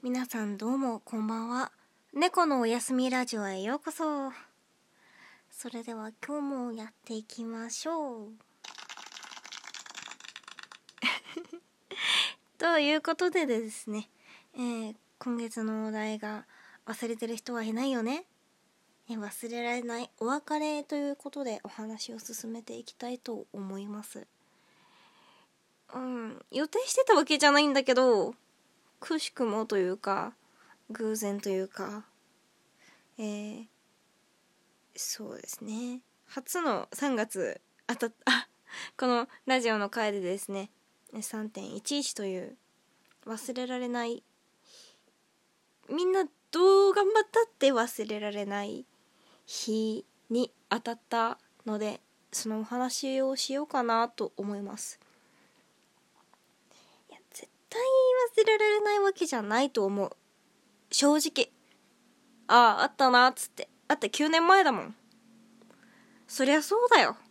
皆さんどうもこんばんは。猫のおやすみラジオへようこそ。それでは今日もやっていきましょう。ということでですね、今月のお題が忘れてる人はいないよね。忘れられないお別れということでお話を進めていきたいと思います。予定してたわけじゃないんだけど、くしくもというか偶然というか、そうですね、初の3月このラジオの回でですね 3.11 という忘れられない、みんなどう頑張ったって忘れられない日に当たったので、そのお話をしようかなと思います。いや絶対忘れられないわけじゃないと思う。正直あったなっつって、だって9年前だもん。そりゃそうだよ。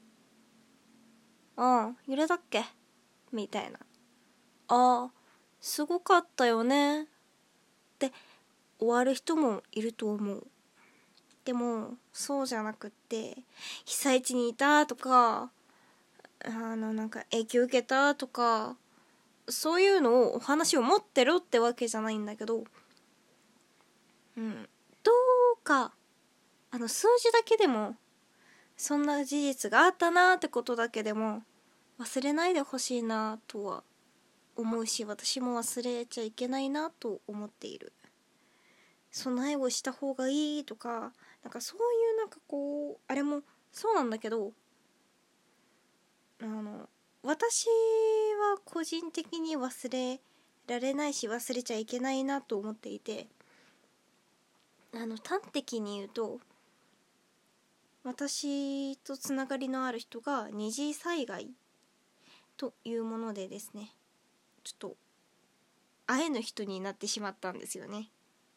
揺れたっけみたいな。すごかったよねって終わる人もいると思う。でもそうじゃなくって、被災地にいたとかなんか影響受けたとか、そういうのをお話を持ってろってわけじゃないんだけど、どうか数字だけでも、そんな事実があったなってことだけでも忘れないでほしいなとは思うし、私も忘れちゃいけないなと思っている。備えをした方がいいとか、なんかそういうなんかこうあれもそうなんだけど、私は個人的に忘れられないし忘れちゃいけないなと思っていて、端的に言うと、私とつながりのある人が二次災害というものでですね、ちょっと会えぬ人になってしまったんですよね。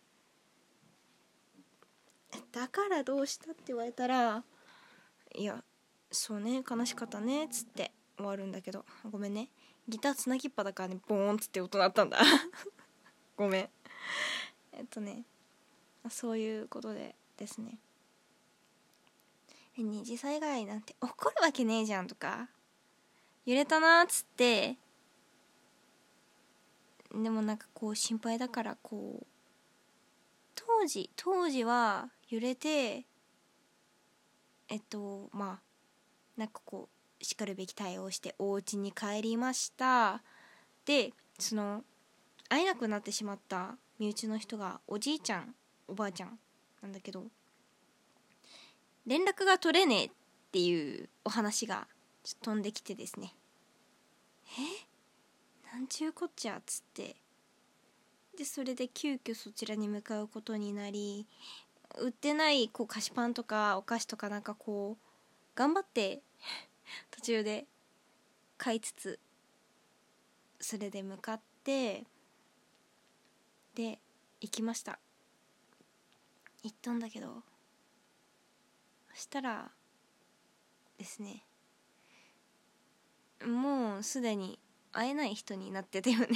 だからどうしたって言われたら、いやそうね、悲しかったねっつって終わるんだけど、ごめんね、ギターつなぎっぱだからね、ボーンっつって音鳴ったんだごめん。そういうことでですね、二次災害なんて起こるわけねえじゃんとか、揺れたなっつって、でもなんかこう心配だからこう、当時は揺れてなんかこうしかるべき対応をしてお家に帰りました。でその会えなくなってしまった身内の人がおじいちゃんおばあちゃんなんだけど、連絡が取れねえっていうお話が飛んできてですね、なんちゅうこっちゃっつって、でそれで急遽そちらに向かうことになり、売ってないこう菓子パンとかお菓子とかなんかこう頑張って途中で買いつつ、それで向かってで行きました。行ったんだけど、そしたらですね、もうすでに会えない人になってたよね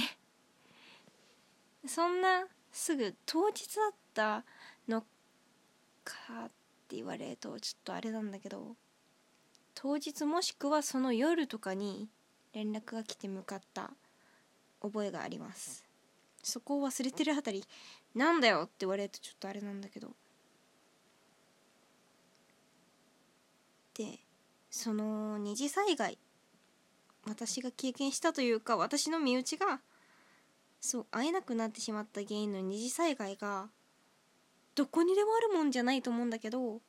そんなすぐ当日だったのかって言われるとちょっとあれなんだけど、当日もしくはその夜とかに連絡が来て向かった覚えがあります。そこを忘れてるあたりなんだよって言われるとちょっとあれなんだけど、でその二次災害、私が経験したというか、私の身内がそう会えなくなってしまった原因の二次災害がどこにでもあるもんじゃないと思うんだけど、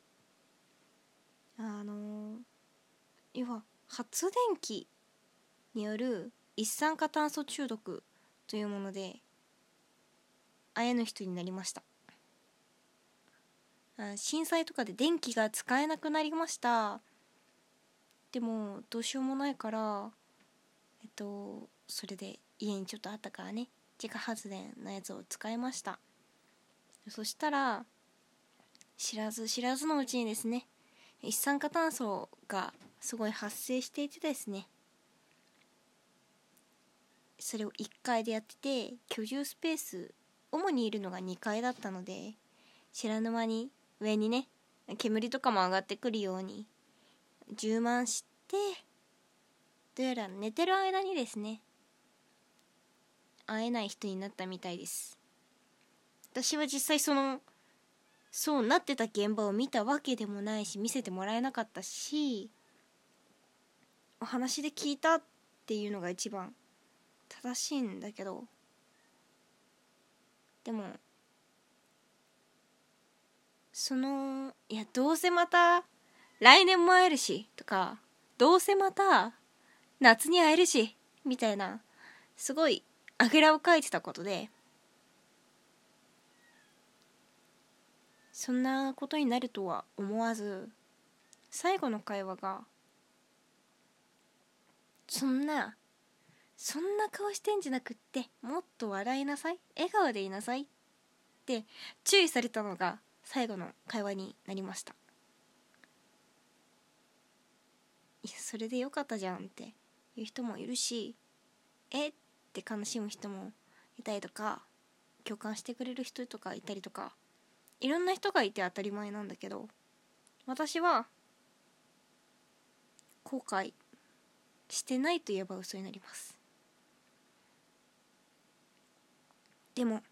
要は発電機による一酸化炭素中毒というもので会えぬ人になりました。震災とかで電気が使えなくなりました。でもどうしようもないからそれで家にちょっとあったからね、自家発電のやつを使いました。そしたら知らずのうちにですね、一酸化炭素がすごい発生していてですね、それを1階でやってて、居住スペース主にいるのが2階だったので、知らぬ間に上にね煙とかも上がってくるように充満して、どうやら寝てる間にですね会えない人になったみたいです。私は実際そうなってた現場を見たわけでもないし、見せてもらえなかったし、お話で聞いたっていうのが一番正しいんだけど、でもいやどうせまた来年も会えるしとか、どうせまた夏に会えるしみたいな、すごいあぐらをかいてたことで、そんなことになるとは思わず、最後の会話がそんな顔してんじゃなくって、もっと笑いなさい、笑顔でいなさいって注意されたのが最後の会話になりました。いやそれでよかったじゃんっていう人もいるし、って悲しむ人もいたりとか、共感してくれる人とかいたりとか、いろんな人がいて当たり前なんだけど、私は後悔してないと言えば嘘になります。でも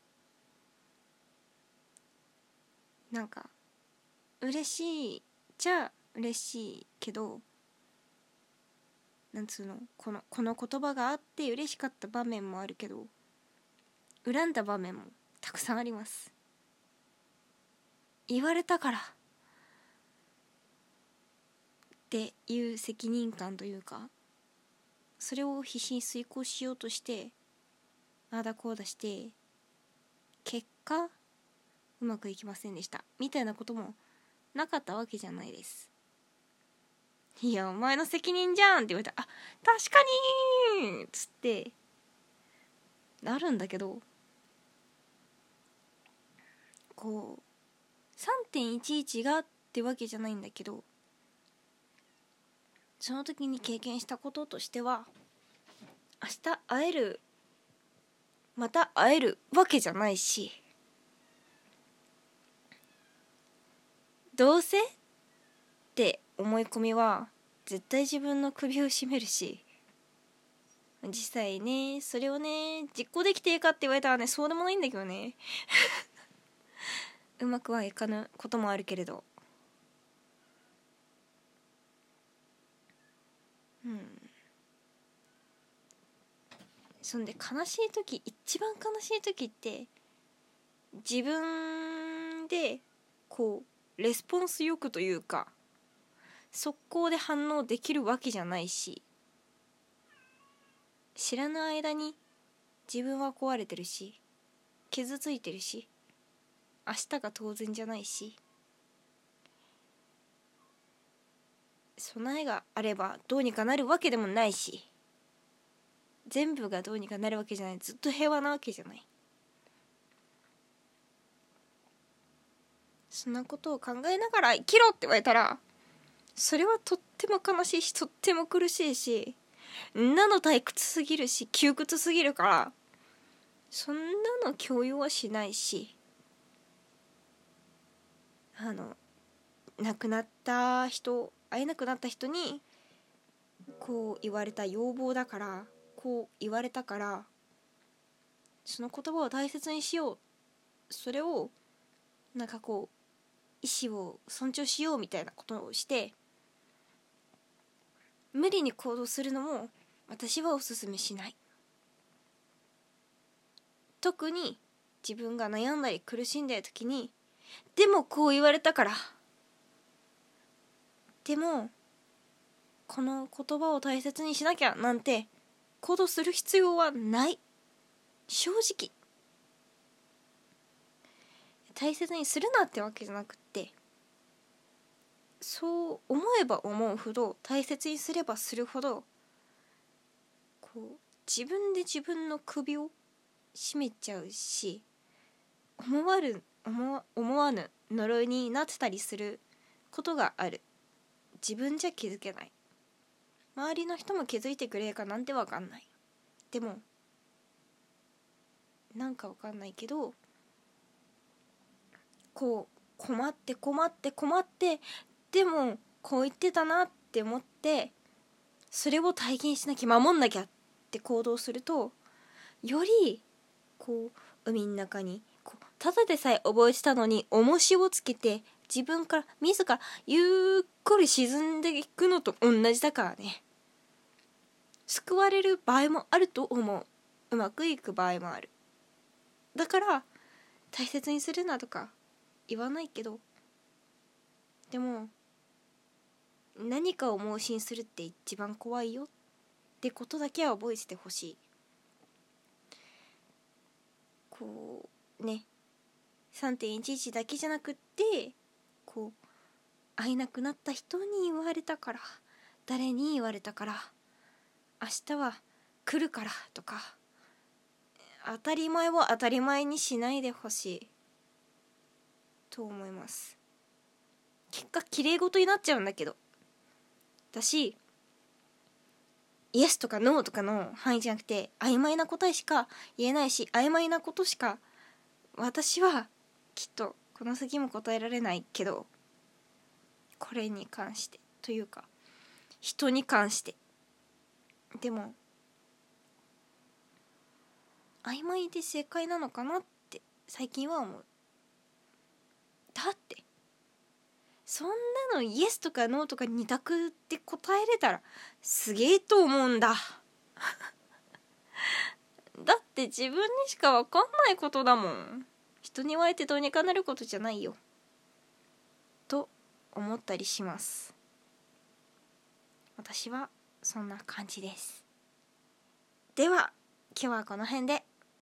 なんか嬉しいじゃ嬉しいけど、なんつうの、この言葉があって嬉しかった場面もあるけど、恨んだ場面もたくさんあります。言われたからっていう責任感というか、それを必死に遂行しようとしてああだこうだして、結果うまくいきませんでしたみたいなこともなかったわけじゃないです。いやお前の責任じゃんって言われたら、あ確かにっつってなるんだけど、こう 3.11 がってわけじゃないんだけど、その時に経験したこととしては、明日会える、また会えるわけじゃないし、どうせって思い込みは絶対自分の首を絞めるし、実際ねそれをね実行できていいかって言われたらね、そうでもないんだけどねうまくはいかぬこともあるけれど、そんで悲しい時、一番悲しい時って自分でこうレスポンスよくというか速攻で反応できるわけじゃないし、知らぬ間に自分は壊れてるし傷ついてるし、明日が当然じゃないし、備えがあればどうにかなるわけでもないし、全部がどうにかなるわけじゃない、ずっと平和なわけじゃない。そんなことを考えながら生きろって言われたら、それはとっても悲しいしとっても苦しいし、なの退屈すぎるし窮屈すぎるから、そんなの共有はしないし、亡くなった人、会えなくなった人にこう言われた要望だから、こう言われたからその言葉を大切にしよう、それをなんかこう意思を尊重しようみたいなことをして無理に行動するのも私はおすすめしない。特に自分が悩んだり苦しんでる時に、でもこう言われたから、でもこの言葉を大切にしなきゃなんて行動する必要はない。正直大切にするなってわけじゃなくって、そう思えば思うほど、大切にすればするほど、こう自分で自分の首を絞めちゃうし、思わぬ呪いになってたりすることがある。自分じゃ気づけない、周りの人も気づいてくれるかなんてわかんない。でもなんかわかんないけどこう困ってでもこう言ってたなって思って、それを体現しなきゃ守んなきゃって行動すると、よりこう海の中にただでさえ覚えてたのに重しをつけて自分から自らゆっくり沈んでいくのと同じだからね。救われる場合もあると思う。うまくいく場合もある。だから大切にするなとか言わないけど、でも何かを盲信するって一番怖いよってことだけは覚えててほしい。こうね、3.11 だけじゃなくって、こう会えなくなった人に言われたから、誰に言われたから、明日は来るからとか、当たり前を当たり前にしないでほしいと思います。結果きれい事になっちゃうんだけど、私イエスとかノーとかの範囲じゃなくて曖昧な答えしか言えないし、曖昧なことしか私はきっとこの先も答えられないけど、これに関してというか人に関してでも曖昧で正解なのかなって最近は思う。だってそんなのイエスとかノーとか二択って答えれたらすげえと思うんだだって自分にしか分かんないことだもん。人に言われてどうにかなることじゃないよと思ったりします。私はそんな感じです。では今日はこの辺で。